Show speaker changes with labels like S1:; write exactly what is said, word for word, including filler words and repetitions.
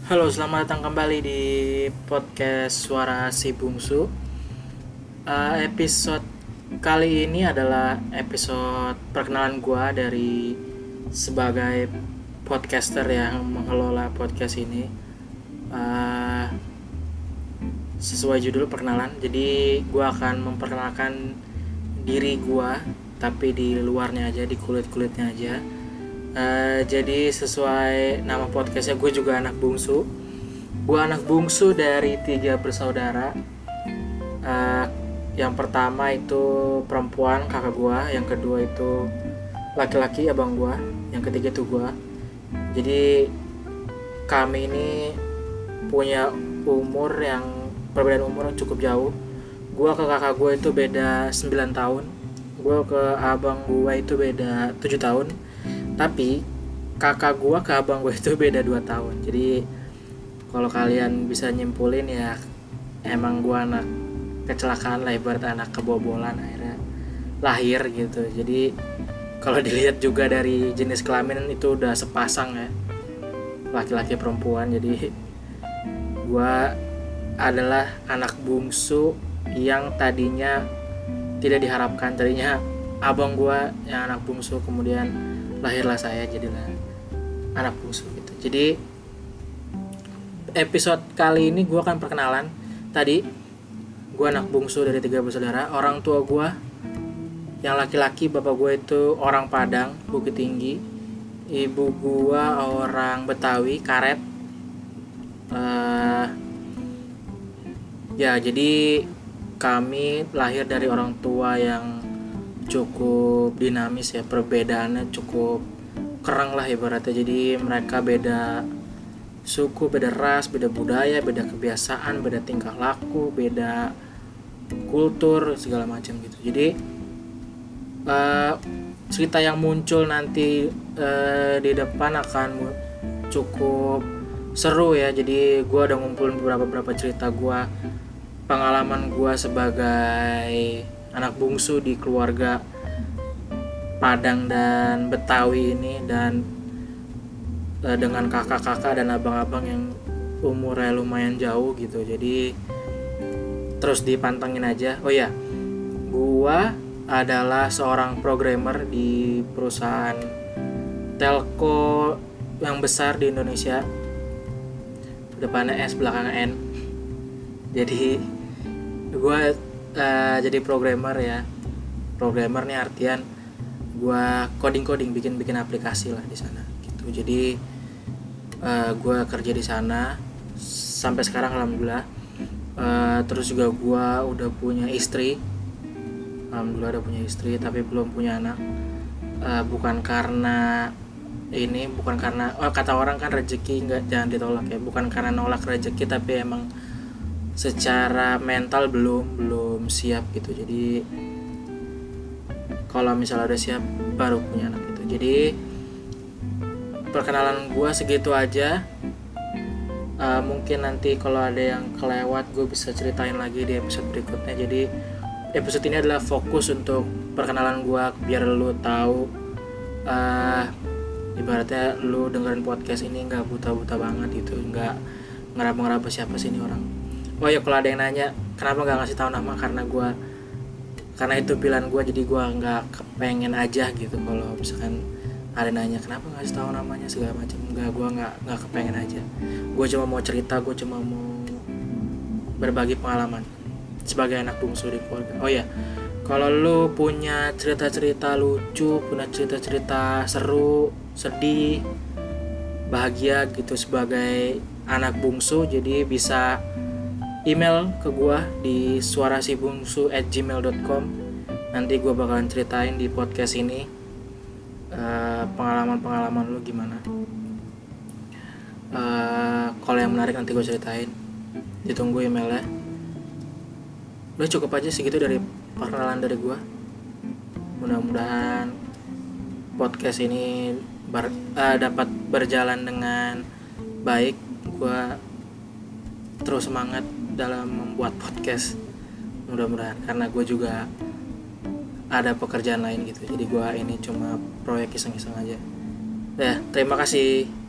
S1: Halo, selamat datang kembali di podcast Suara Si Bungsu. Uh, episode kali ini adalah episode perkenalan gue dari sebagai podcaster yang mengelola podcast ini. Uh, sesuai judul perkenalan, jadi gue akan memperkenalkan diri gue, tapi di luarnya aja, di kulit-kulitnya aja. Uh, jadi sesuai nama podcastnya, gue juga anak bungsu. Gue anak bungsu dari tiga bersaudara. Uh, yang pertama itu perempuan, kakak gue. Yang kedua itu laki-laki, abang gue. Yang ketiga itu gue. Jadi kami ini punya umur yang perbedaan umur yang cukup jauh. Gue ke kakak gue itu beda sembilan tahun. Gue ke abang gue itu beda tujuh tahun. Tapi kakak gue ke abang gue itu beda dua tahun. Jadi kalau kalian bisa nyimpulin ya, emang gue anak kecelakaan lah, ibarat anak kebobolan akhirnya lahir gitu. Jadi kalau dilihat juga dari jenis kelamin itu udah sepasang ya, laki-laki perempuan. Jadi gue adalah anak bungsu yang tadinya tidak diharapkan. Tadinya abang gue yang anak bungsu, kemudian lahirlah saya, jadilah anak bungsu gitu. Jadi episode kali ini gue akan perkenalan. Tadi gue anak bungsu dari tiga bersaudara. Orang tua gue yang laki-laki, bapak gue itu orang Padang, Bukit Tinggi. Ibu gue orang Betawi, Karet. uh, Ya jadi kami lahir dari orang tua yang cukup dinamis ya, perbedaannya cukup kerang lah ibaratnya. Jadi mereka beda suku, beda ras, beda budaya, beda kebiasaan, beda tingkah laku, beda kultur, segala macam gitu. Jadi uh, cerita yang muncul nanti uh, di depan akan cukup seru ya. Jadi gue udah ngumpulin beberapa-beberapa cerita gue, pengalaman gue sebagai anak bungsu di keluarga Padang dan Betawi ini, dan e, dengan kakak-kakak dan abang-abang yang umurnya lumayan jauh gitu. Jadi terus dipantengin aja. Oh ya, gua adalah seorang programmer di perusahaan telco yang besar di Indonesia. Depannya S, belakangnya N. Jadi gua Uh, jadi programmer ya. Programmer nih artian gue coding-coding, bikin-bikin aplikasi lah di sana gitu. Jadi uh, gue kerja di sana sampai sekarang alhamdulillah. Uh, terus juga gue udah punya istri, alhamdulillah udah punya istri, tapi belum punya anak. Uh, bukan karena ini, bukan karena oh, kata orang kan rezeki nggak, jangan ditolak ya. Bukan karena nolak rezeki, tapi emang secara mental belum belum siap gitu. Jadi kalau misalnya udah siap baru punya anak gitu. Jadi perkenalan gue segitu aja. Uh, mungkin nanti kalau ada yang kelewat gue bisa ceritain lagi di episode berikutnya. Jadi episode ini adalah fokus untuk perkenalan gue, biar lu tahu uh, ibaratnya lu dengerin podcast ini nggak buta-buta banget gitu, nggak ngeraba-ngeraba siapa sih ini orang. Oh ya, kalau ada yang nanya kenapa nggak ngasih tahu nama, karena gue karena itu pilihan gue, jadi gue nggak kepengen aja gitu kalau misalkan ada nanya kenapa nggak ngasih tahu namanya segala macam. Nggak, gue nggak nggak kepengen aja. Gue cuma mau cerita, gue cuma mau berbagi pengalaman sebagai anak bungsu di keluarga. Oh ya, kalau lu punya cerita-cerita lucu, punya cerita-cerita seru, sedih, bahagia gitu sebagai anak bungsu, jadi bisa email ke gua di suarasibungsu at gmail dot com. Nanti gua bakalan ceritain di podcast ini uh, pengalaman-pengalaman lu gimana. Uh, kalau yang menarik nanti gua ceritain. Ditunggu emailnya. Udah cukup aja segitu dari perkenalan dari gua. Mudah-mudahan podcast ini ber, uh, dapat berjalan dengan baik. Gua terus semangat dalam membuat podcast, mudah-mudahan, karena gue juga ada pekerjaan lain gitu. Jadi gue ini cuma proyek iseng-iseng aja. Ya, terima kasih.